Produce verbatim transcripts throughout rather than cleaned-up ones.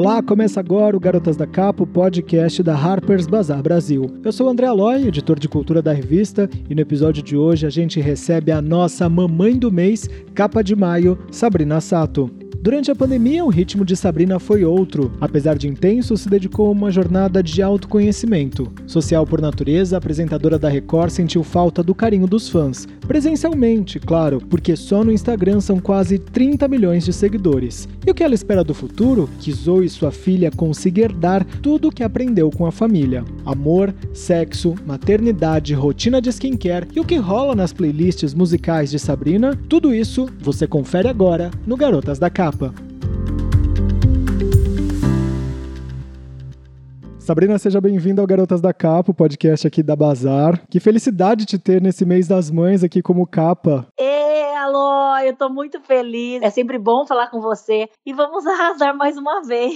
Olá, começa agora o Garotas da Capa, o podcast da Harper's Bazaar Brasil. Eu sou o André Aloy, editor de cultura da revista, e no episódio de hoje a gente recebe a nossa mamãe do mês, capa de maio, Sabrina Sato. Durante a pandemia, o ritmo de Sabrina foi outro. Apesar de intenso, se dedicou a uma jornada de autoconhecimento. Social por natureza, a apresentadora da Record sentiu falta do carinho dos fãs. Presencialmente, claro, porque só no Instagram são quase trinta milhões de seguidores. E o que ela espera do futuro? Que Zoe, sua filha, consiga herdar tudo o que aprendeu com a família. Amor, sexo, maternidade, rotina de skincare e o que rola nas playlists musicais de Sabrina, tudo isso você confere agora no Garotas da Capa. Sabrina, seja bem-vinda ao Garotas da Capa, o podcast aqui da Bazar. Que felicidade te ter nesse mês das mães aqui como capa. Ê, alô, eu tô muito feliz. É sempre bom falar com você. E vamos arrasar mais uma vez.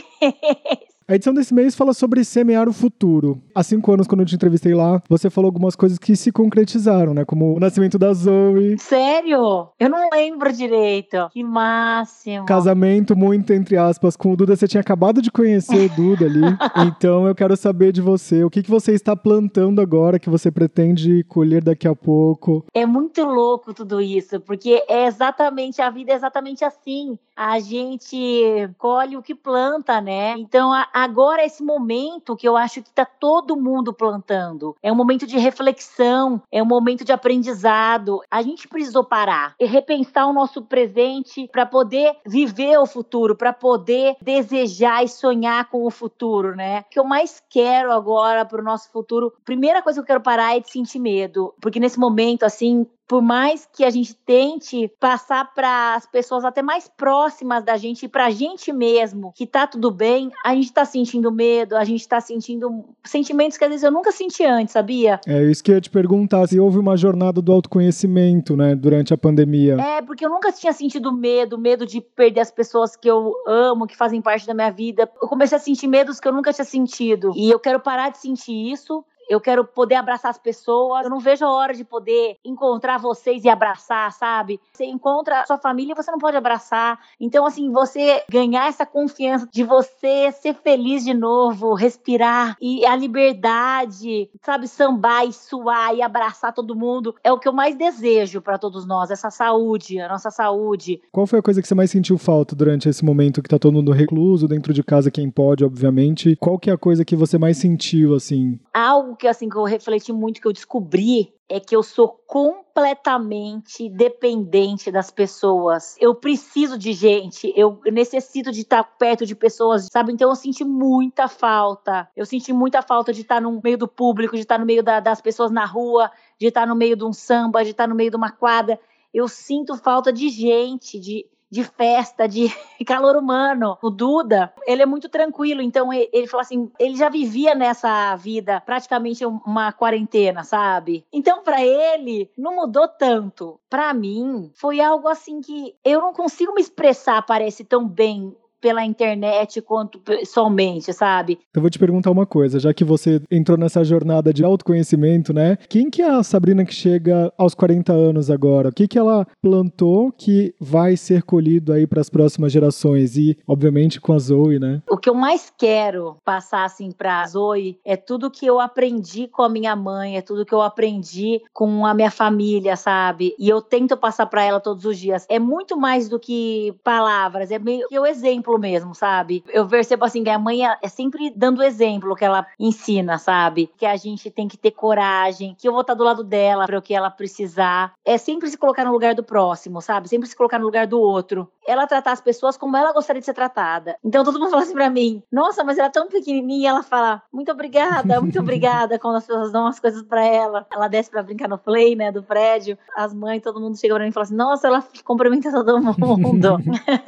A edição desse mês fala sobre semear o futuro. Há cinco anos, quando eu te entrevistei lá, você falou algumas coisas que se concretizaram, né? Como o nascimento da Zoe. Sério? Eu não lembro direito. Que máximo. Casamento, muito entre aspas, com o Duda. Você tinha acabado de conhecer o Duda ali. Então eu quero saber de você. O que, que você está plantando agora, que você pretende colher daqui a pouco? É muito louco tudo isso, porque é exatamente, a vida é exatamente assim. A gente colhe o que planta, né? Então, a agora é esse momento que eu acho que está todo mundo plantando. É um momento de reflexão, é um momento de aprendizado. A gente precisou parar e repensar o nosso presente para poder viver o futuro, para poder desejar e sonhar com o futuro, né? O que eu mais quero agora para o nosso futuro, primeira coisa que eu quero parar é de sentir medo, porque nesse momento, assim, por mais que a gente tente passar para as pessoas até mais próximas da gente e para a gente mesmo que tá tudo bem, a gente tá sentindo medo, a gente tá sentindo sentimentos que às vezes eu nunca senti antes, sabia? É isso que eu ia te perguntar, se houve uma jornada do autoconhecimento, né, durante a pandemia. É, porque eu nunca tinha sentido medo, medo de perder as pessoas que eu amo, que fazem parte da minha vida. Eu comecei a sentir medos que eu nunca tinha sentido e eu quero parar de sentir isso. Eu quero poder abraçar as pessoas. Eu não vejo a hora de poder encontrar vocês e abraçar, sabe? Você encontra a sua família e você não pode abraçar. Então, assim, você ganhar essa confiança de você ser feliz de novo, respirar e a liberdade, sabe? Sambar e suar e abraçar todo mundo. É o que eu mais desejo para todos nós, essa saúde, a nossa saúde. Qual foi a coisa que você mais sentiu falta durante esse momento que tá todo mundo recluso, dentro de casa quem pode, obviamente? Qual que é a coisa que você mais sentiu, assim? Algo que, assim, que eu refleti muito, que eu descobri, é que eu sou completamente dependente das pessoas. Eu preciso de gente, eu necessito de estar perto de pessoas, sabe? Então eu senti muita falta. Eu senti muita falta de estar no meio do público, de estar no meio da, das pessoas na rua, de estar no meio de um samba, de estar no meio de uma quadra. Eu sinto falta de gente, de... de festa, de calor humano. O Duda, ele é muito tranquilo, então ele, ele falou assim, ele já vivia nessa vida praticamente uma quarentena, sabe? Então pra ele não mudou tanto. Pra mim foi algo assim que eu não consigo me expressar, parece tão bem pela internet quanto pessoalmente, sabe? Eu vou te perguntar uma coisa, já que você entrou nessa jornada de autoconhecimento, né? Quem que é a Sabrina que chega aos quarenta anos agora? O que que ela plantou que vai ser colhido aí para as próximas gerações? E, obviamente, com a Zoe, né? O que eu mais quero passar, assim, pra Zoe é tudo que eu aprendi com a minha mãe, é tudo que eu aprendi com a minha família, sabe? E eu tento passar pra ela todos os dias. É muito mais do que palavras, é meio que o exemplo mesmo, sabe? Eu percebo assim que a mãe é sempre dando exemplo que ela ensina, sabe? Que a gente tem que ter coragem, que eu vou estar do lado dela para o que ela precisar. É sempre se colocar no lugar do próximo, sabe? Sempre se colocar no lugar do outro. Ela tratar as pessoas como ela gostaria de ser tratada. Então todo mundo fala assim pra mim, nossa, mas ela é tão pequenininha, e ela fala, muito obrigada, muito obrigada quando as pessoas dão as coisas pra ela. Ela desce pra brincar no play, né, do prédio. As mães, todo mundo chega pra mim e fala assim, nossa, ela cumprimenta todo mundo.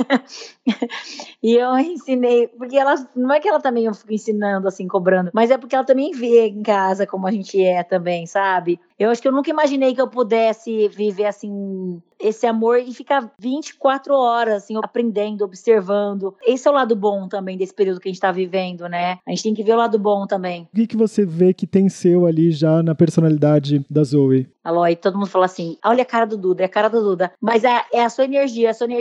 E eu ensinei, porque ela, não é que ela também eu fico ensinando, assim, cobrando, mas é porque ela também vê em casa como a gente é também, sabe? Eu acho que eu nunca imaginei que eu pudesse viver, assim, esse amor e ficar vinte e quatro horas, assim, aprendendo, observando. Esse é o lado bom também desse período que a gente tá vivendo, né? A gente tem que ver o lado bom também. O que que você vê que tem seu ali já na personalidade da Zoe? Alô, aí todo mundo fala assim, olha a cara do Duda, é a cara do Duda. Mas é, é a sua energia, é a sua energia.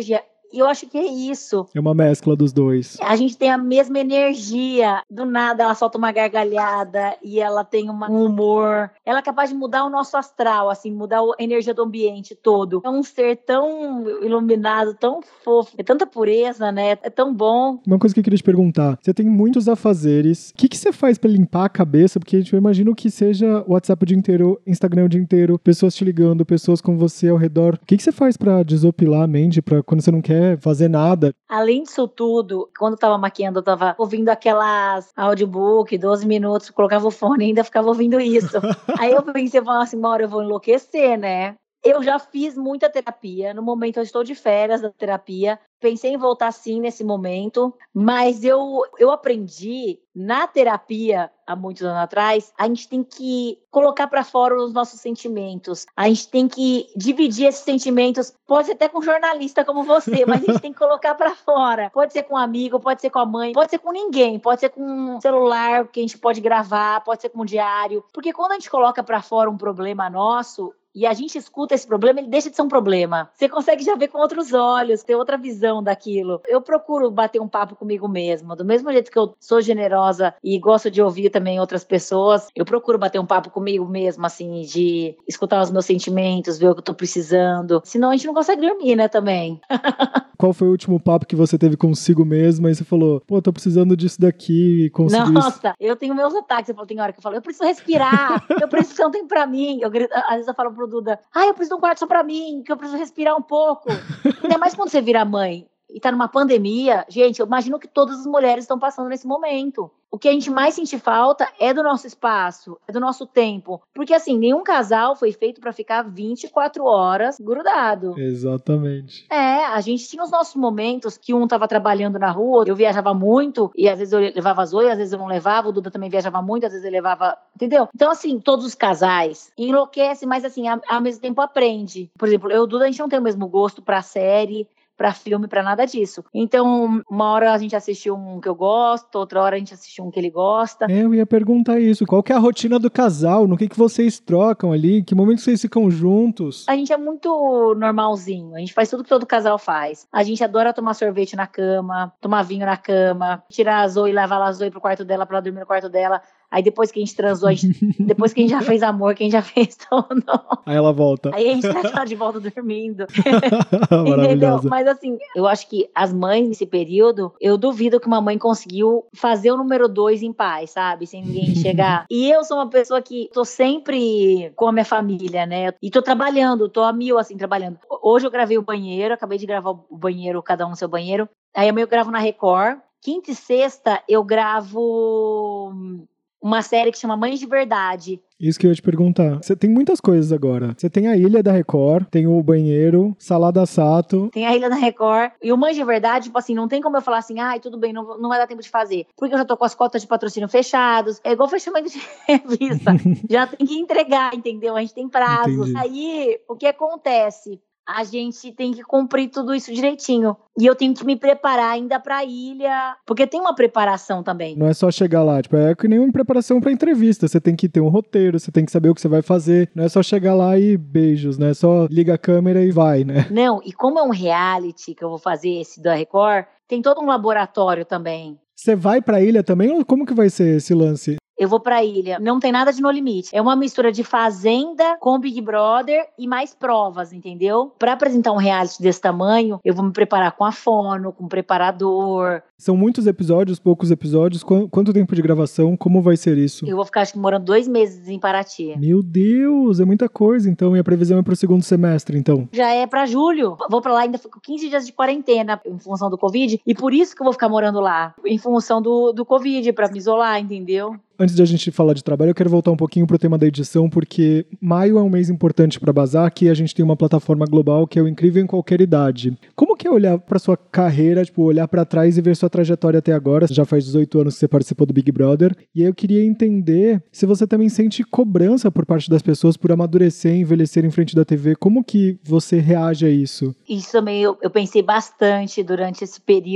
E eu acho que é isso. É uma mescla dos dois. A gente tem a mesma energia. Do nada ela solta uma gargalhada e ela tem uma, um humor. Ela é capaz de mudar o nosso astral, assim, mudar a energia do ambiente todo. É um ser tão iluminado, tão fofo. É tanta pureza, né? É tão bom. Uma coisa que eu queria te perguntar. Você tem muitos afazeres. O que, que você faz pra limpar a cabeça? Porque eu imagino que seja WhatsApp o dia inteiro, Instagram o dia inteiro, pessoas te ligando, pessoas com você ao redor. O que, que você faz pra desopilar a mente, pra quando você não quer fazer nada? Além disso tudo, quando eu tava maquiando, eu tava ouvindo aquelas audiobook, doze minutos, colocava o fone e ainda ficava ouvindo isso. Aí eu pensei, eu falava assim, uma hora eu vou enlouquecer, né? Eu já fiz muita terapia. No momento eu estou de férias da terapia. Pensei em voltar sim nesse momento, mas eu, eu aprendi na terapia, há muitos anos atrás, a gente tem que colocar para fora os nossos sentimentos. A gente tem que dividir esses sentimentos, pode ser até com um jornalista como você, mas a gente tem que colocar para fora. Pode ser com um amigo, pode ser com a mãe, pode ser com ninguém, pode ser com um celular que a gente pode gravar, pode ser com um diário. Porque quando a gente coloca para fora um problema nosso, e a gente escuta esse problema, ele deixa de ser um problema. Você consegue já ver com outros olhos, ter outra visão daquilo. Eu procuro bater um papo comigo mesma. Do mesmo jeito que eu sou generosa e gosto de ouvir também outras pessoas, eu procuro bater um papo comigo mesma, assim, de escutar os meus sentimentos, ver o que eu tô precisando. Senão a gente não consegue dormir, né, também. Qual foi o último papo que você teve consigo mesma e você falou, pô, tô precisando disso daqui, consegui Nossa, isso. eu tenho meus ataques. Eu falo, tem hora que eu falo, eu preciso respirar, eu preciso que você não tem pra mim. Eu grito, às vezes eu falo pro Duda, ai, eu preciso de um quarto só pra mim, que eu preciso respirar um pouco. Ainda mais quando você vira mãe e tá numa pandemia, gente, eu imagino que todas as mulheres estão passando nesse momento. O que a gente mais sente falta é do nosso espaço, é do nosso tempo. Porque, assim, nenhum casal foi feito pra ficar vinte e quatro horas grudado. Exatamente. É, a gente tinha os nossos momentos que um tava trabalhando na rua, eu viajava muito, e às vezes eu levava a Zoe, às vezes eu não levava, o Duda também viajava muito, às vezes ele levava, entendeu? Então, assim, todos os casais enlouquecem, mas, assim, ao, ao mesmo tempo aprende. Por exemplo, eu e o Duda, a gente não tem o mesmo gosto pra série, pra filme, pra nada disso. Então, uma hora a gente assistiu um que eu gosto, outra hora a gente assistiu um que ele gosta. É, eu ia perguntar isso. Qual que é a rotina do casal? No que, que vocês trocam ali? Que momento vocês ficam juntos? A gente é muito normalzinho. A gente faz tudo que todo casal faz. A gente adora tomar sorvete na cama, tomar vinho na cama, tirar a Zoe e levar a Zoe pro quarto dela pra ela dormir no quarto dela. Aí depois que a gente transou, a gente, depois que a gente já fez amor, que a gente já fez tudo. Aí ela volta. Aí a gente traz ela de volta dormindo. Entendeu? Maravilhosa. Mas assim, eu acho que as mães nesse período, eu duvido que uma mãe conseguiu fazer o número dois em paz, sabe? Sem ninguém chegar. E eu sou uma pessoa que tô sempre com a minha família, né? E tô trabalhando, tô a mil, assim, trabalhando. Hoje eu gravei o banheiro, acabei de gravar o banheiro, cada um no seu banheiro. Aí amanhã eu gravo na Record. Quinta e sexta eu gravo uma série que chama Mães de Verdade. Isso que eu ia te perguntar. Você tem muitas coisas agora. Você tem a Ilha da Record, tem o banheiro, Salada Sato. Tem a Ilha da Record. E o Mães de Verdade, tipo assim, não tem como eu falar assim, ai, tudo bem, não, não vai dar tempo de fazer. Porque eu já tô com as cotas de patrocínio fechados. É igual fechamento de revista. Já tem que entregar, entendeu? A gente tem prazos. Entendi. Aí, o que acontece? A gente tem que cumprir tudo isso direitinho. E eu tenho que me preparar ainda pra ilha. Porque tem uma preparação também. Não é só chegar lá, tipo, é que nem uma preparação pra entrevista. Você tem que ter um roteiro, você tem que saber o que você vai fazer. Não é só chegar lá e beijos, né? Só liga a câmera e vai, né? Não, e como é um reality que eu vou fazer esse da Record, tem todo um laboratório também. Você vai pra ilha também ou como que vai ser esse lance? Eu vou pra ilha. Não tem nada de No Limite. É uma mistura de Fazenda com Big Brother e mais provas, entendeu? Pra apresentar um reality desse tamanho, eu vou me preparar com a fono, com o preparador. São muitos episódios, poucos episódios. Qu- Quanto tempo de gravação? Como vai ser isso? Eu vou ficar, acho que, morando dois meses em Paraty. Meu Deus, é muita coisa, então. E a previsão é pro segundo semestre, então. Já é pra julho. Vou pra lá, ainda fico quinze dias de quarentena em função do Covid. E por isso que eu vou ficar morando lá. Em função do, do Covid, pra me isolar, entendeu? Antes de a gente falar de trabalho, eu quero voltar um pouquinho pro tema da edição, porque maio é um mês importante para Bazar, que a gente tem uma plataforma global que é o Incrível em Qualquer Idade. Como que é olhar para sua carreira, tipo, olhar para trás e ver sua trajetória até agora? Já faz dezoito anos que você participou do Big Brother, e aí eu queria entender se você também sente cobrança por parte das pessoas por amadurecer e envelhecer em frente da T V. Como que você reage a isso? Isso também eu, eu pensei bastante durante esse período,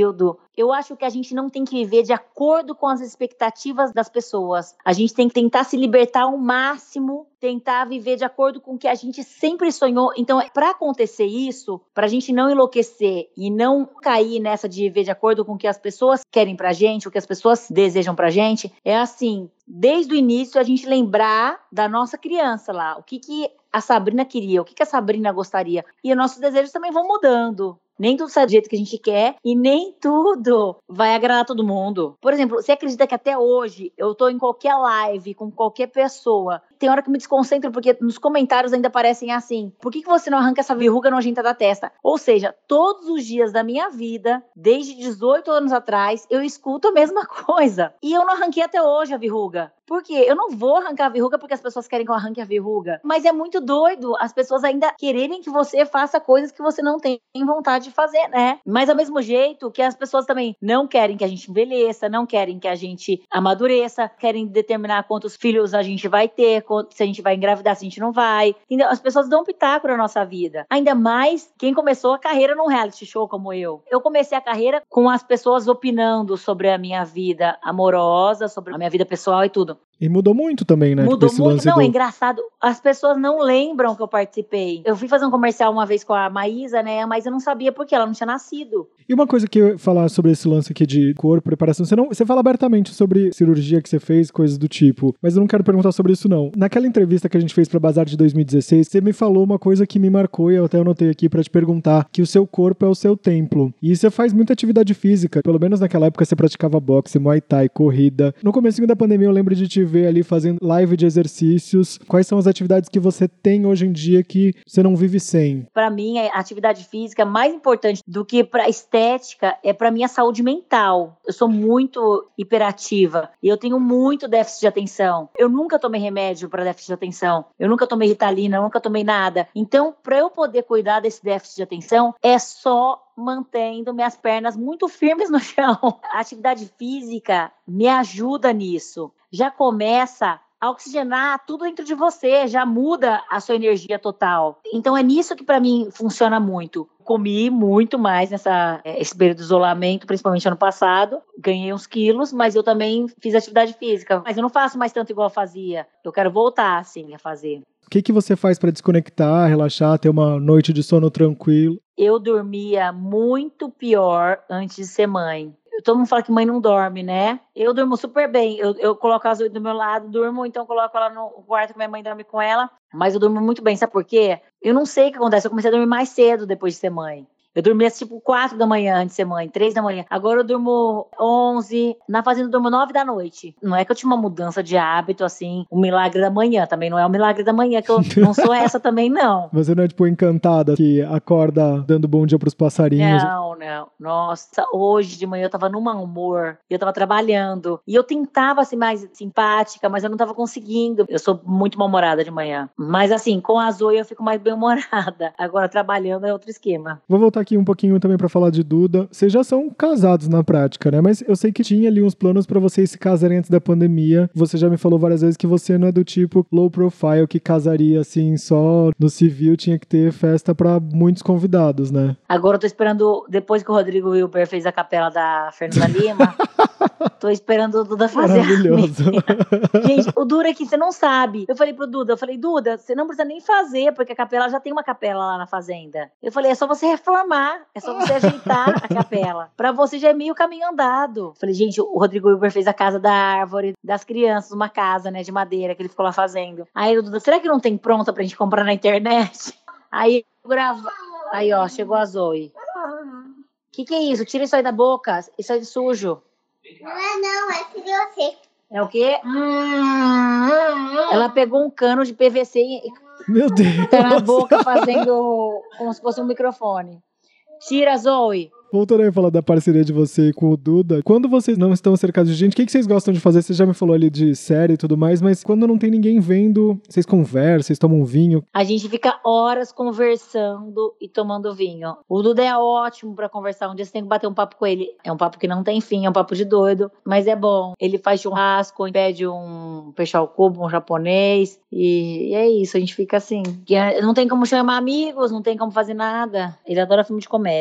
Eu acho que a gente não tem que viver de acordo com as expectativas das pessoas. A gente tem que tentar se libertar ao máximo, tentar viver de acordo com o que a gente sempre sonhou. Então, para acontecer isso, para a gente não enlouquecer e não cair nessa de viver de acordo com o que as pessoas querem pra gente, o que as pessoas desejam pra gente, é assim, desde o início a gente lembrar da nossa criança lá, o que que a Sabrina queria, o que que a Sabrina gostaria. E os nossos desejos também vão mudando. Nem tudo sai do jeito que a gente quer e nem tudo vai agradar todo mundo. Por exemplo, você acredita que até hoje eu tô em qualquer live com qualquer pessoa, tem hora que eu me desconcentro porque nos comentários ainda aparecem assim: por que que você não arranca essa verruga nojenta da testa? Ou seja, todos os dias da minha vida, desde dezoito anos atrás, eu escuto a mesma coisa. E eu não arranquei até hoje a verruga. Por quê? Eu não vou arrancar a verruga porque as pessoas querem que eu arranque a verruga. Mas é muito doido as pessoas ainda quererem que você faça coisas que você não tem vontade de fazer, né? Mas ao mesmo jeito que as pessoas também não querem que a gente envelheça, não querem que a gente amadureça, querem determinar quantos filhos a gente vai ter, se a gente vai engravidar, se a gente não vai. Entendeu? As pessoas dão pitaco na nossa vida. Ainda mais quem começou a carreira num reality show como eu. Eu comecei a carreira com as pessoas opinando sobre a minha vida amorosa, sobre a minha vida pessoal e tudo. E mudou muito também, né? Mudou tipo, muito. Não, do... é engraçado. As pessoas não lembram que eu participei. Eu fui fazer um comercial uma vez com a Maísa, né? A Maísa não sabia porque ela não tinha nascido. E uma coisa que eu ia falar sobre esse lance aqui de corpo, preparação, você, não, você fala abertamente sobre cirurgia que você fez, coisas do tipo, mas eu não quero perguntar sobre isso não. Naquela entrevista que a gente fez pra Bazar de dois mil e dezesseis, você me falou uma coisa que me marcou e eu até anotei aqui pra te perguntar, que o seu corpo é o seu templo. E você faz muita atividade física, pelo menos naquela época você praticava boxe, muay thai, corrida. No comecinho da pandemia eu lembro de te ver ali fazendo live de exercícios. Quais são as atividades que você tem hoje em dia que você não vive sem? Pra mim, a atividade física mais importante do que pra estética é pra minha saúde mental. Eu sou muito hiperativa e eu tenho muito déficit de atenção. Eu nunca tomei remédio pra déficit de atenção. Eu nunca tomei Ritalina, eu nunca tomei nada. Então, pra eu poder cuidar desse déficit de atenção, é só mantendo minhas pernas muito firmes no chão. A atividade física me ajuda nisso. Já começa a oxigenar tudo dentro de você, já muda a sua energia total. Então é nisso que pra mim funciona muito. Comi muito mais nessa esse período de isolamento, principalmente ano passado. Ganhei uns quilos, mas eu também fiz atividade física. Mas eu não faço mais tanto igual eu fazia. Eu quero voltar, assim, a fazer. O que, que você faz pra desconectar, relaxar, ter uma noite de sono tranquilo? Eu dormia muito pior antes de ser mãe. Todo mundo fala que mãe não dorme, né? Eu durmo super bem. Eu, eu coloco a Zoe do meu lado, durmo, então coloco ela no quarto que minha mãe dorme com ela. Mas eu durmo muito bem, sabe por quê? Eu não sei o que acontece. Eu comecei a dormir mais cedo depois de ser mãe. Eu dormia tipo quatro da manhã antes de ser mãe, três da manhã. Agora eu durmo onze, na fazenda eu durmo nove da noite. Não é que eu tinha uma mudança de hábito, assim, um milagre da manhã. Também não é um milagre da manhã, que eu não sou essa também, não. Você não é tipo encantada que acorda dando bom dia pros passarinhos? Não, não. Nossa, hoje de manhã eu tava num mau humor. E eu tava trabalhando. E eu tentava ser mais simpática, mas eu não tava conseguindo. Eu sou muito mal-humorada de manhã. Mas assim, com a Zoe eu fico mais bem-humorada. Agora trabalhando é outro esquema. Vou voltar aqui um pouquinho também pra falar de Duda. Vocês já são casados na prática, né? Mas eu sei que tinha ali uns planos pra vocês se casarem antes da pandemia. Você já me falou várias vezes que você não é do tipo low profile que casaria assim só no civil, tinha que ter festa pra muitos convidados, né? Agora eu tô esperando, depois que o Rodrigo Wilber fez a capela da Fernanda Lima, tô esperando o Duda fazer. Maravilhoso. Gente, o duro é que você não sabe. Eu falei pro Duda, eu falei, Duda, você não precisa nem fazer, porque a capela já tem uma capela lá na fazenda. Eu falei, é só você reformar. É só você ajeitar a capela. Pra você já é meio caminho andado. Falei, gente, o Rodrigo Wilber fez a casa da árvore, das crianças, uma casa, né, de madeira que ele ficou lá fazendo. Aí o Duda, será que não tem pronta pra gente comprar na internet? Aí eu gravo. Aí, ó, chegou a Zoe. Que que é isso? Tira isso aí da boca. Isso aí é sujo. Não é não, é de você. É o quê? Ela pegou um cano de P V C e Meu Deus. tá na boca fazendo como se fosse um microfone. Tira, Zoe. Voltando aí a falar da parceria de você com o Duda, quando vocês não estão cercados de gente, o que, que vocês gostam de fazer? Você já me falou ali de série e tudo mais, mas quando não tem ninguém vendo, vocês conversam, vocês tomam um vinho? A gente fica horas conversando e tomando vinho. O Duda é ótimo pra conversar. Um dia você tem que bater um papo com ele. É um papo que não tem fim, é um papo de doido, mas é bom. Ele faz churrasco, pede um peixe ao cubo, um japonês, e, e é isso, a gente fica assim. Não tem como chamar amigos, não tem como fazer nada. Ele adora filme de comédia.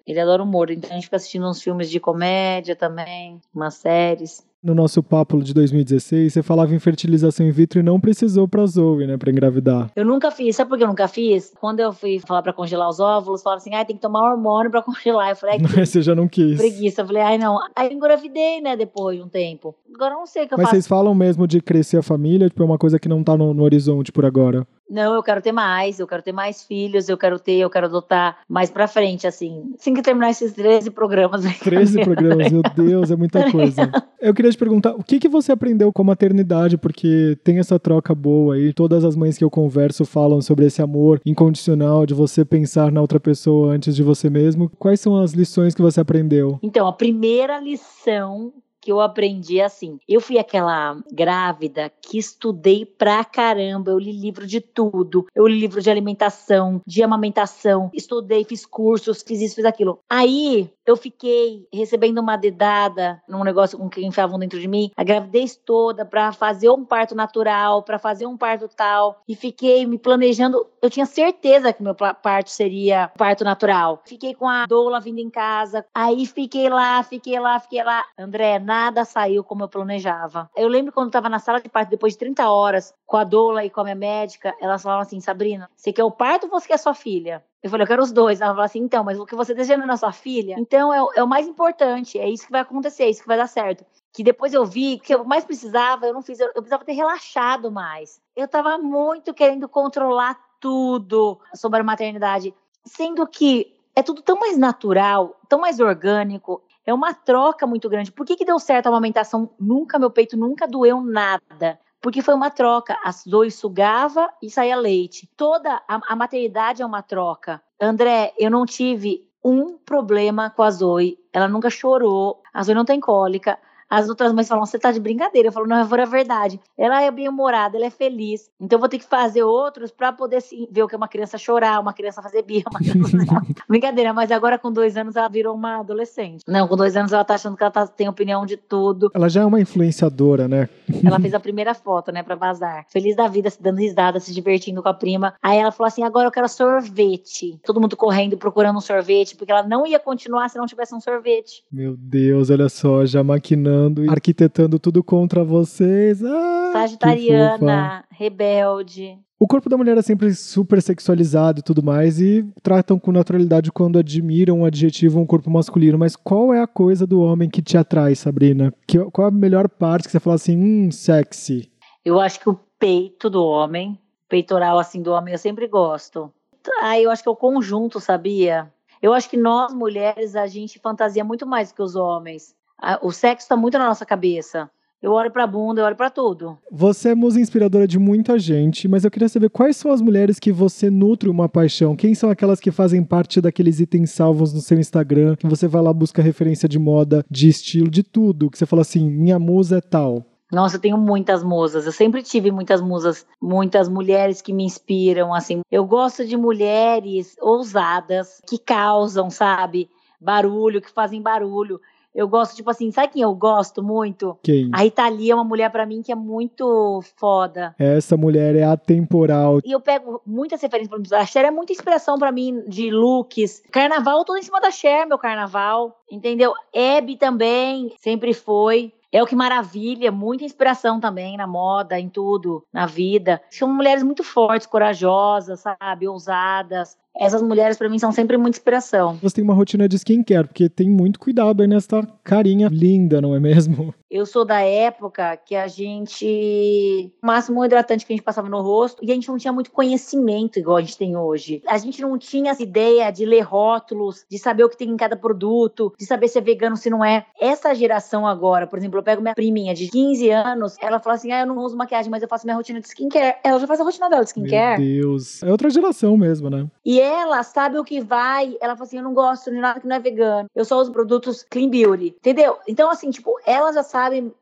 Ele adora humor, então a gente fica assistindo uns filmes de comédia também, umas séries. No nosso papo de dois mil e dezesseis, você falava em fertilização in vitro e não precisou pra Zoe, né, pra engravidar. Eu nunca fiz, sabe por que eu nunca fiz? Quando eu fui falar pra congelar os óvulos, falaram assim, ai, tem que tomar hormônio pra congelar. Eu falei, ai, que Você já não quis. preguiça. Eu falei, ai, não. Aí eu engravidei, né, depois de um tempo. Agora eu não sei o que eu Mas faço. vocês falam mesmo de crescer a família, tipo, é uma coisa que não tá no, no horizonte por agora? Não, eu quero ter mais, eu quero ter mais filhos, eu quero ter, eu quero adotar mais pra frente, assim. Assim que terminar esses treze programas. treze programas, meu Deus, é muita coisa. Eu queria te perguntar, o que, que você aprendeu com a maternidade? Porque tem essa troca boa aí, todas as mães que eu converso falam sobre esse amor incondicional, de você pensar na outra pessoa antes de você mesmo. Quais são as lições que você aprendeu? Então, a primeira lição que eu aprendi assim, eu fui aquela grávida que estudei pra caramba, eu li livro de tudo, eu li livro de alimentação, de amamentação, estudei, fiz cursos, fiz isso, fiz aquilo. Aí, eu fiquei recebendo uma dedada num negócio com que enfiavam dentro de mim, a gravidez toda pra fazer um parto natural, pra fazer um parto tal, e fiquei me planejando, eu tinha certeza que meu parto seria parto natural. Fiquei com a doula vindo em casa, aí fiquei lá, fiquei lá, fiquei lá. André, nada saiu como eu planejava. Eu lembro quando eu tava na sala de parto, depois de trinta horas, com a doula e com a minha médica, elas falavam assim, Sabrina, você quer o parto ou você quer a sua filha? Eu falei, eu quero os dois. Ela falou assim, então, mas o que você deseja na sua filha, então é, é o mais importante, é isso que vai acontecer, é isso que vai dar certo. Que depois eu vi que eu mais precisava, eu não fiz, eu, eu precisava ter relaxado mais. Eu tava muito querendo controlar tudo sobre a maternidade, sendo que é tudo tão mais natural, tão mais orgânico, é uma troca muito grande. Por que que deu certo a amamentação? Nunca, meu peito nunca doeu nada. Porque foi uma troca. A Zoe sugava e saía leite. Toda a, a maternidade é uma troca. André, eu não tive um problema com a Zoe. Ela nunca chorou. A Zoe não tem cólica. As outras mães falam, você tá de brincadeira. Eu falo, não, é a verdade. Ela é bem-humorada, ela é feliz. Então eu vou ter que fazer outros pra poder sim, ver o que é uma criança chorar, uma criança fazer birra. Uma criança... Brincadeira, mas agora com dois anos ela virou uma adolescente. Não, com dois anos ela tá achando que ela tá, tem opinião de tudo. Ela já é uma influenciadora, né? Ela fez a primeira foto, né, pra vazar. Feliz da vida, se dando risada, se divertindo com a prima. Aí ela falou assim, agora eu quero sorvete. Todo mundo correndo, procurando um sorvete, porque ela não ia continuar se não tivesse um sorvete. Meu Deus, olha só, já maquinando, arquitetando tudo contra vocês. Ah, Sagitariana, rebelde. O corpo da mulher é sempre super sexualizado e tudo mais, e tratam com naturalidade quando admiram, adjetivam um corpo masculino. Mas qual é a coisa do homem que te atrai, Sabrina? Que, qual a melhor parte que você fala assim, hum, sexy? Eu acho que o peito do homem, peitoral assim do homem, eu sempre gosto. Ah, eu acho que é o conjunto, sabia? Eu acho que nós, mulheres, a gente fantasia muito mais que os homens. O sexo tá muito na nossa cabeça. Eu olho pra bunda, eu olho pra tudo. Você é musa inspiradora de muita gente, mas eu queria saber quais são as mulheres que você nutre uma paixão? Quem são aquelas que fazem parte daqueles itens salvos no seu Instagram, que você vai lá, busca referência de moda, de estilo, de tudo, que você fala assim, minha musa é tal. Nossa, eu tenho muitas musas. Eu sempre tive muitas musas, muitas mulheres que me inspiram, assim. Eu gosto de mulheres ousadas, que causam, sabe, barulho, que fazem barulho. Eu gosto, tipo assim, sabe quem eu gosto muito? Quem? A Rita Lee é uma mulher pra mim que é muito foda. Essa mulher é atemporal. E eu pego muitas referências, por exemplo, a Cher é muita inspiração pra mim de looks. Carnaval, eu tô em cima da Cher, meu carnaval, entendeu? Hebe também, sempre foi. É o que maravilha, muita inspiração também na moda, em tudo, na vida. São mulheres muito fortes, corajosas, sabe, ousadas. Essas mulheres, pra mim, são sempre muita inspiração. Você tem uma rotina de skincare, porque tem muito cuidado aí nessa carinha linda, não é mesmo? Eu sou da época que a gente... O máximo hidratante que a gente passava no rosto, e a gente não tinha muito conhecimento igual a gente tem hoje. A gente não tinha essa ideia de ler rótulos, de saber o que tem em cada produto, de saber se é vegano, se não é. Essa geração agora, por exemplo, eu pego minha priminha de quinze anos, ela fala assim, ah, eu não uso maquiagem, mas eu faço minha rotina de skincare. Ela já faz a rotina dela de skincare. Meu Deus. É outra geração mesmo, né? E ela sabe o que vai, ela fala assim, eu não gosto de nada que não é vegano, eu só uso produtos clean beauty, entendeu? Então, assim, tipo, ela já sabe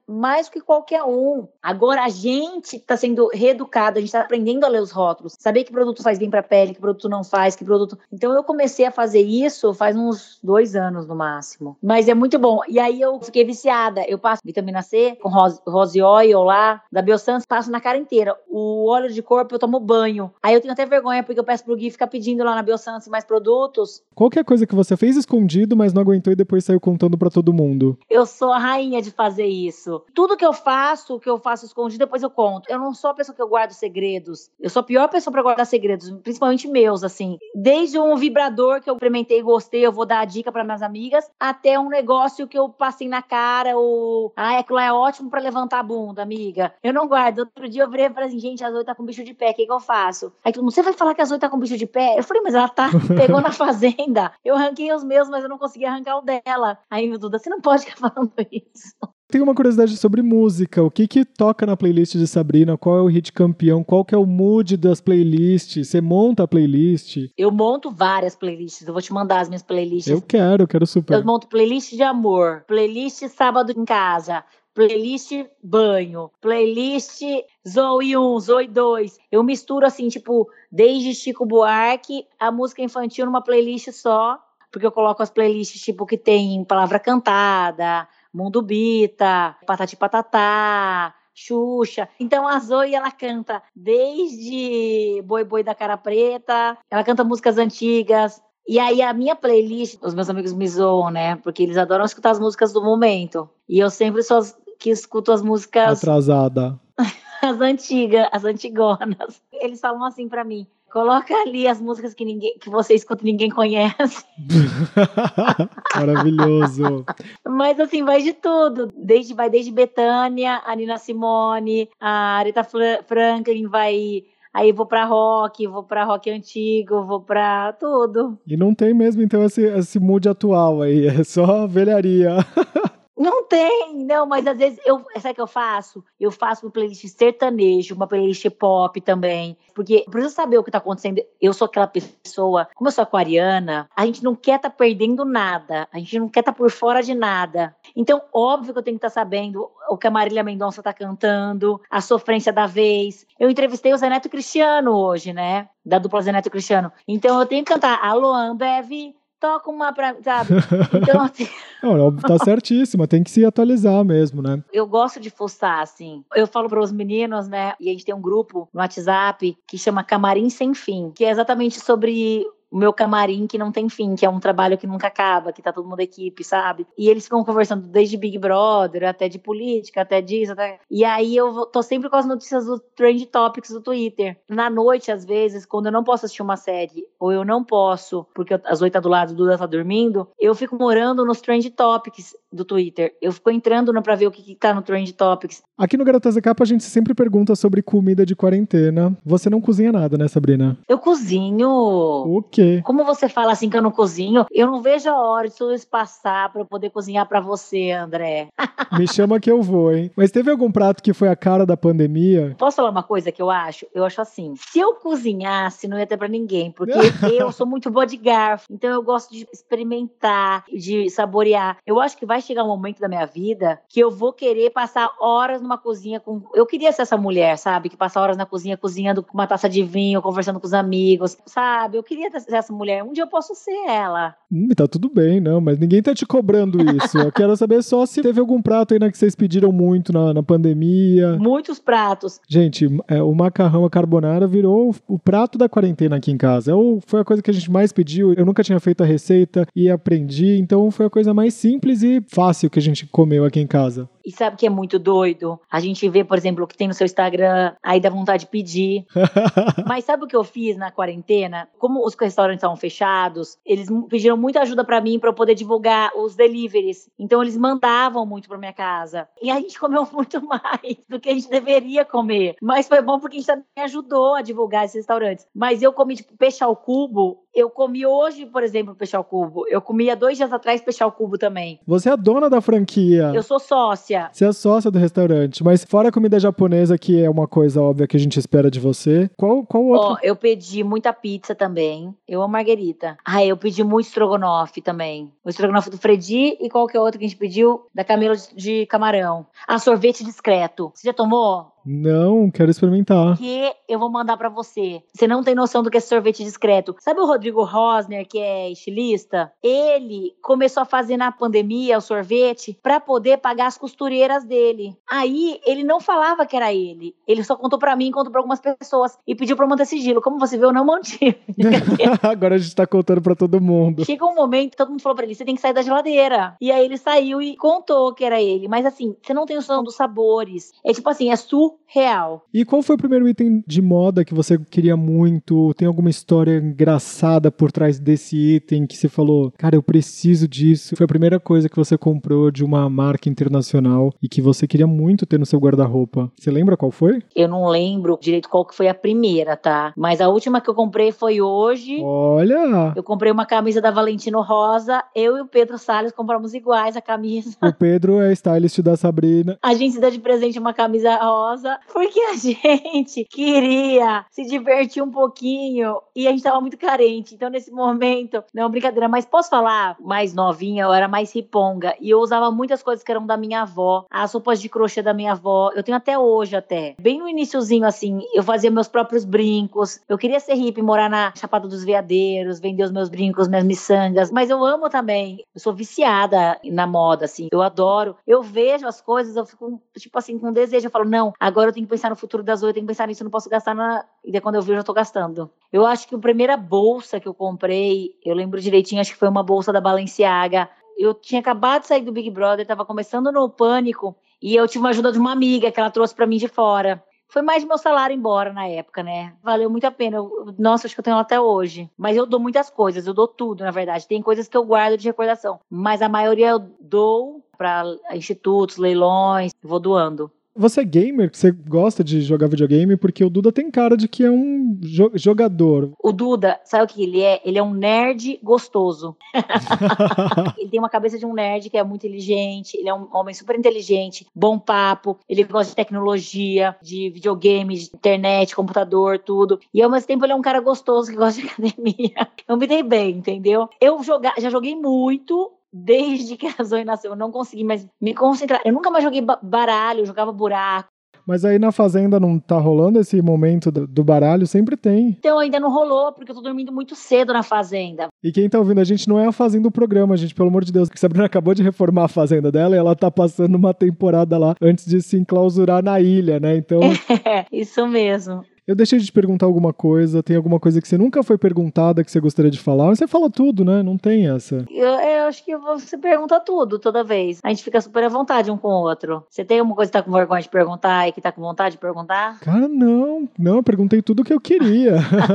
mais que qualquer um. Agora a gente tá sendo reeducado, a gente tá aprendendo a ler os rótulos, saber que produto faz bem pra pele, que produto não faz, que produto... Então eu comecei a fazer isso faz uns dois anos no máximo. Mas é muito bom. E aí eu fiquei viciada. Eu passo vitamina C com rose, rose oil lá, da Biossance, passo na cara inteira. O óleo de corpo eu tomo banho. Aí eu tenho até vergonha porque eu peço pro Gui ficar pedindo lá na Biossance mais produtos. Qualquer coisa que você fez escondido, mas não aguentou e depois saiu contando pra todo mundo. Eu sou a rainha de fazer isso. Tudo que eu faço, que eu faço escondido, depois eu conto. Eu não sou a pessoa que eu guardo segredos. Eu sou a pior pessoa pra guardar segredos, principalmente meus, assim. Desde um vibrador que eu experimentei e gostei, eu vou dar a dica para minhas amigas, até um negócio que eu passei na cara, ou... Ah, aquilo é ótimo pra levantar a bunda, amiga. Eu não guardo. Outro dia eu virei e falei assim, gente, a Zoe tá com bicho de pé, o que que eu faço? Aí todo mundo, você vai falar que a Zoe tá com bicho de pé? Eu falei, mas ela tá, pegou na fazenda. Eu arranquei os meus, mas eu não consegui arrancar o dela. Aí, meu Duda, você não pode ficar falando isso. Tenho uma curiosidade sobre música. O que que toca na playlist de Sabrina? Qual é o hit campeão? Qual que é o mood das playlists? Você monta a playlist? Eu monto várias playlists. Eu vou te mandar as minhas playlists. Eu quero, eu quero super. Eu monto playlist de amor, playlist sábado em casa, playlist banho, playlist Zoe um, Zoe dois. Eu misturo assim, tipo, desde Chico Buarque a música infantil numa playlist só, porque eu coloco as playlists tipo que tem palavra cantada, Mundo Bita, Patati Patatá, Xuxa. Então a Zoe, ela canta desde Boi Boi da Cara Preta, ela canta músicas antigas. E aí a minha playlist, os meus amigos me zoam, né? Porque eles adoram escutar as músicas do momento. E eu sempre sou as que escuto as músicas... Atrasada. As antigas, as antigonas. Eles falam assim pra mim, coloca ali as músicas que, ninguém, que você escuta e ninguém conhece. Maravilhoso. Mas assim, vai de tudo. Desde, vai desde Bethânia, a Nina Simone, a Aretha Franklin, vai... Aí vou pra rock, vou pra rock antigo, vou pra tudo. E não tem mesmo, então, esse, esse mood atual aí, é só velharia. Não tem, não, mas às vezes, eu, sabe o que eu faço? Eu faço uma playlist sertanejo, uma playlist pop também, porque eu preciso saber o que tá acontecendo. Eu sou aquela pessoa, como eu sou aquariana, a gente não quer tá perdendo nada, a gente não quer tá por fora de nada. Então, óbvio que eu tenho que estar tá sabendo o que a Marília Mendonça tá cantando, a sofrência da vez. Eu entrevistei o Zé Neto Cristiano hoje, né? Da dupla Zé Neto Cristiano. Então, eu tenho que cantar Alô, Ambev, toca uma pra, sabe? Então, assim... Não, tá certíssima, tem que se atualizar mesmo, né? Eu gosto de fuçar, assim. Eu falo para os meninos, né? E a gente tem um grupo no WhatsApp que chama Camarim Sem Fim, que é exatamente sobre o meu camarim que não tem fim, que é um trabalho que nunca acaba, que tá todo mundo da equipe, sabe? E eles ficam conversando desde Big Brother, até de política, até disso, até... E aí eu tô sempre com as notícias do Trend Topics do Twitter. Na noite, às vezes, quando eu não posso assistir uma série, ou eu não posso, porque as oito tá do lado, o Duda tá dormindo, eu fico morando nos Trend Topics do Twitter. Eu fico entrando no, pra ver o que, que tá no Trend Topics. Aqui no Garotas da Capa a gente sempre pergunta sobre comida de quarentena. Você não cozinha nada, né, Sabrina? Eu cozinho. O quê? Como você fala assim que eu não cozinho, eu não vejo a hora de tudo isso passar pra eu poder cozinhar pra você, André. Me chama que eu vou, hein? Mas teve algum prato que foi a cara da pandemia? Posso falar uma coisa que eu acho? Eu acho assim, se eu cozinhasse, não ia ter pra ninguém, porque eu sou muito boa de garfo, então eu gosto de experimentar, de saborear. Eu acho que vai chegar um momento da minha vida que eu vou querer passar horas numa cozinha com... Eu queria ser essa mulher, sabe? Que passa horas na cozinha, cozinhando com uma taça de vinho, conversando com os amigos, sabe? Eu queria ser essa mulher. Um dia eu posso ser ela. Hum, tá tudo bem, não, mas ninguém tá te cobrando isso. Eu quero saber só se teve algum prato aí, né, que vocês pediram muito na, na pandemia. Muitos pratos. Gente, é, o macarrão à carbonara virou o, o prato da quarentena aqui em casa. Eu, foi a coisa que a gente mais pediu. Eu nunca tinha feito a receita e aprendi, então foi a coisa mais simples e fácil que a gente comeu aqui em casa. E sabe o que é muito doido? A gente vê, por exemplo, o que tem no seu Instagram, aí dá vontade de pedir. Mas sabe o que eu fiz na quarentena? Como os restaurantes estavam fechados, eles pediram muita ajuda pra mim pra eu poder divulgar os deliveries. Então eles mandavam muito pra minha casa. E a gente comeu muito mais do que a gente deveria comer. Mas foi bom porque a gente também ajudou a divulgar esses restaurantes. Mas eu comi, tipo, peixe ao cubo. Eu comi hoje, por exemplo, peixe ao cubo. Eu comi há dois dias atrás peixe ao cubo também. Você é a dona da franquia. Eu sou sócia. família. Você é sócia do restaurante, mas fora a comida japonesa, que é uma coisa óbvia que a gente espera de você, qual, qual outro? Ó, eu pedi muita pizza também. Eu amo marguerita. Ah, eu pedi muito estrogonofe também. O estrogonofe do Fredi e qual que é outro que a gente pediu? Da Camila de, de camarão. Ah, sorvete discreto. Você já tomou? Não, quero experimentar. Que eu vou mandar pra você. Você não tem noção do que é sorvete discreto. Sabe o Rodrigo Rosner, que é estilista? Ele começou a fazer na pandemia o sorvete pra poder pagar as costureiras dele. Aí, ele não falava que era ele. Ele só contou pra mim, contou pra algumas pessoas e pediu pra eu manter sigilo. Como você vê, eu não mantive. Agora a gente tá contando pra todo mundo. Chega um momento que todo mundo falou pra ele, você tem que sair da geladeira. E aí ele saiu e contou que era ele. Mas assim, você não tem noção dos sabores. É tipo assim, é surreal. E qual foi o primeiro item de moda que você queria muito? Tem alguma história engraçada por trás desse item que você falou, cara, eu preciso disso? Foi a primeira coisa que você comprou de uma marca internacional e que você queria muito ter no seu guarda-roupa. Você lembra qual foi? Eu não lembro direito qual que foi a primeira, tá? Mas a última que eu comprei foi hoje. Olha! Eu comprei uma camisa da Valentino rosa. Eu e o Pedro Salles compramos iguais a camisa. O Pedro é stylist da Sabrina. A gente se dá de presente uma camisa rosa porque a gente queria se divertir um pouquinho e a gente tava muito carente. Então, nesse momento, não, brincadeira, mas posso falar? Mais novinha, eu era mais riponga e eu usava muitas coisas que eram da minha avó, as roupas de crochê da minha avó. Eu tenho até hoje, até. Bem no iniciozinho, assim, eu fazia meus próprios brincos. Eu queria ser hippie, morar na Chapada dos Veadeiros, vender os meus brincos, minhas miçangas. Mas eu amo também. Eu sou viciada na moda, assim. Eu adoro. Eu vejo as coisas, eu fico, tipo assim, com desejo. Eu falo, não, agora eu tenho que pensar no futuro das outras, eu tenho que pensar nisso, eu não posso gastar na... E daí quando eu vejo, eu já tô gastando. Eu acho que a primeira bolsa que eu comprei, eu lembro direitinho, acho que foi uma bolsa da Balenciaga. Eu tinha acabado de sair do Big Brother, tava começando no Pânico, e eu tive uma ajuda de uma amiga que ela trouxe pra mim de fora. Foi mais de meu salário embora na época, né? Valeu muito a pena. Eu, nossa, acho que eu tenho ela até hoje. Mas eu dou muitas coisas, eu dou tudo, na verdade. Tem coisas que eu guardo de recordação. Mas a maioria eu dou para institutos, leilões, vou doando. Você é gamer? Você gosta de jogar videogame? Porque o Duda tem cara de que é um jo- jogador. O Duda, sabe o que ele é? Ele é um nerd gostoso. Ele tem uma cabeça de um nerd que é muito inteligente, ele é um homem super inteligente, bom papo, ele gosta de tecnologia, de videogame, de internet, computador, tudo. E ao mesmo tempo ele é um cara gostoso que gosta de academia. Eu me dei bem, entendeu? Eu joga- já joguei muito. Desde que a Zoe nasceu, eu não consegui mais me concentrar. Eu nunca mais joguei ba- baralho, eu jogava buraco. Mas aí na Fazenda não tá rolando esse momento do, do baralho? Sempre tem. Então ainda não rolou, porque eu tô dormindo muito cedo na Fazenda. E quem tá ouvindo a gente não é a Fazenda do programa, gente, pelo amor de Deus. Que a Sabrina acabou de reformar a Fazenda dela e ela tá passando uma temporada lá antes de se enclausurar na ilha, né? Então... É, isso mesmo. Eu deixei de te perguntar alguma coisa, tem alguma coisa que você nunca foi perguntada que você gostaria de falar? Você fala tudo, né? Não tem essa. Eu, eu acho que você pergunta tudo toda vez. A gente fica super à vontade um com o outro. Você tem alguma coisa que tá com vergonha de perguntar e que tá com vontade de perguntar? Cara, não. Não, eu perguntei tudo o que eu queria.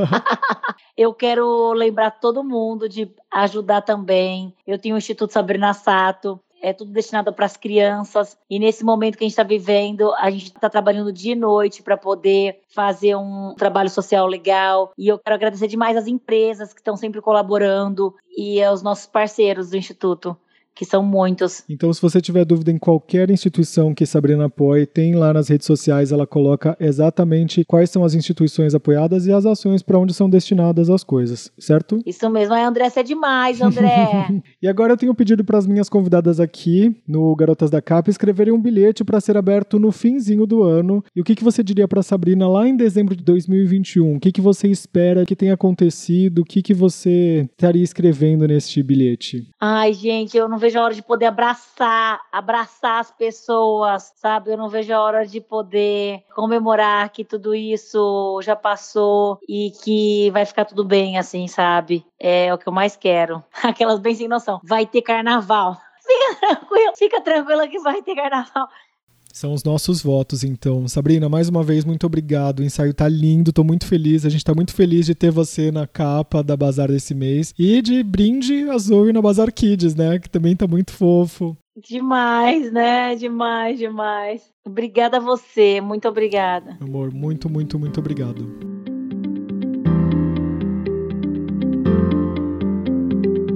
Eu quero lembrar todo mundo de ajudar também. Eu tenho o Instituto Sabrina Sato. É tudo destinado para as crianças. E nesse momento que a gente está vivendo, a gente está trabalhando dia e noite para poder fazer um trabalho social legal. E eu quero agradecer demais às empresas que estão sempre colaborando e aos nossos parceiros do Instituto, que são muitos. Então, se você tiver dúvida em qualquer instituição que Sabrina apoie, tem lá nas redes sociais, ela coloca exatamente quais são as instituições apoiadas e as ações para onde são destinadas as coisas, certo? Isso mesmo. Ai, André, você é demais, André. E agora eu tenho pedido para as minhas convidadas aqui, no Garotas da Capa, escreverem um bilhete para ser aberto no finzinho do ano. E o que, que você diria para Sabrina lá em dezembro de dois mil e vinte e um? O que, que você espera que tenha acontecido? O que, que você estaria escrevendo neste bilhete? Ai, gente, eu não vejo a hora de poder abraçar, abraçar as pessoas, sabe? Eu não vejo a hora de poder comemorar que tudo isso já passou e que vai ficar tudo bem, assim, sabe? É o que eu mais quero. Aquelas bem sem noção. Vai ter carnaval. Fica tranquila, fica tranquila que vai ter carnaval. São os nossos votos, então. Sabrina, mais uma vez, muito obrigado. O ensaio tá lindo, tô muito feliz. A gente tá muito feliz de ter você na capa da Bazar desse mês. E de brinde a Zoe na Bazar Kids, né? Que também tá muito fofo. Demais, né? Demais, demais. Obrigada a você, muito obrigada. Amor, muito, muito, muito obrigado.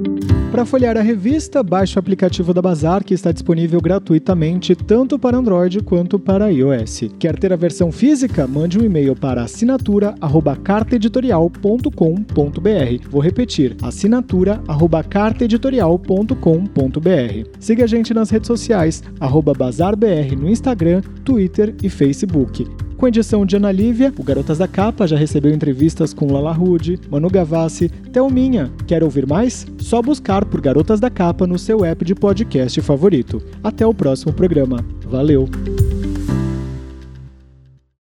Para folhear a revista, baixe o aplicativo da Bazar, que está disponível gratuitamente tanto para Android quanto para iOS. Quer ter a versão física? Mande um e-mail para assinatura arroba carta editorial ponto com ponto b r. Vou repetir, assinatura arroba carta editorial ponto com ponto b r. Siga a gente nas redes sociais, arroba BazarBR no Instagram, Twitter e Facebook. Com edição de Ana Lívia, o Garotas da Capa já recebeu entrevistas com Lala Rude, Manu Gavassi, Thelminha. Quer ouvir mais? Só buscar por Garotas da Capa no seu app de podcast favorito. Até o próximo programa. Valeu!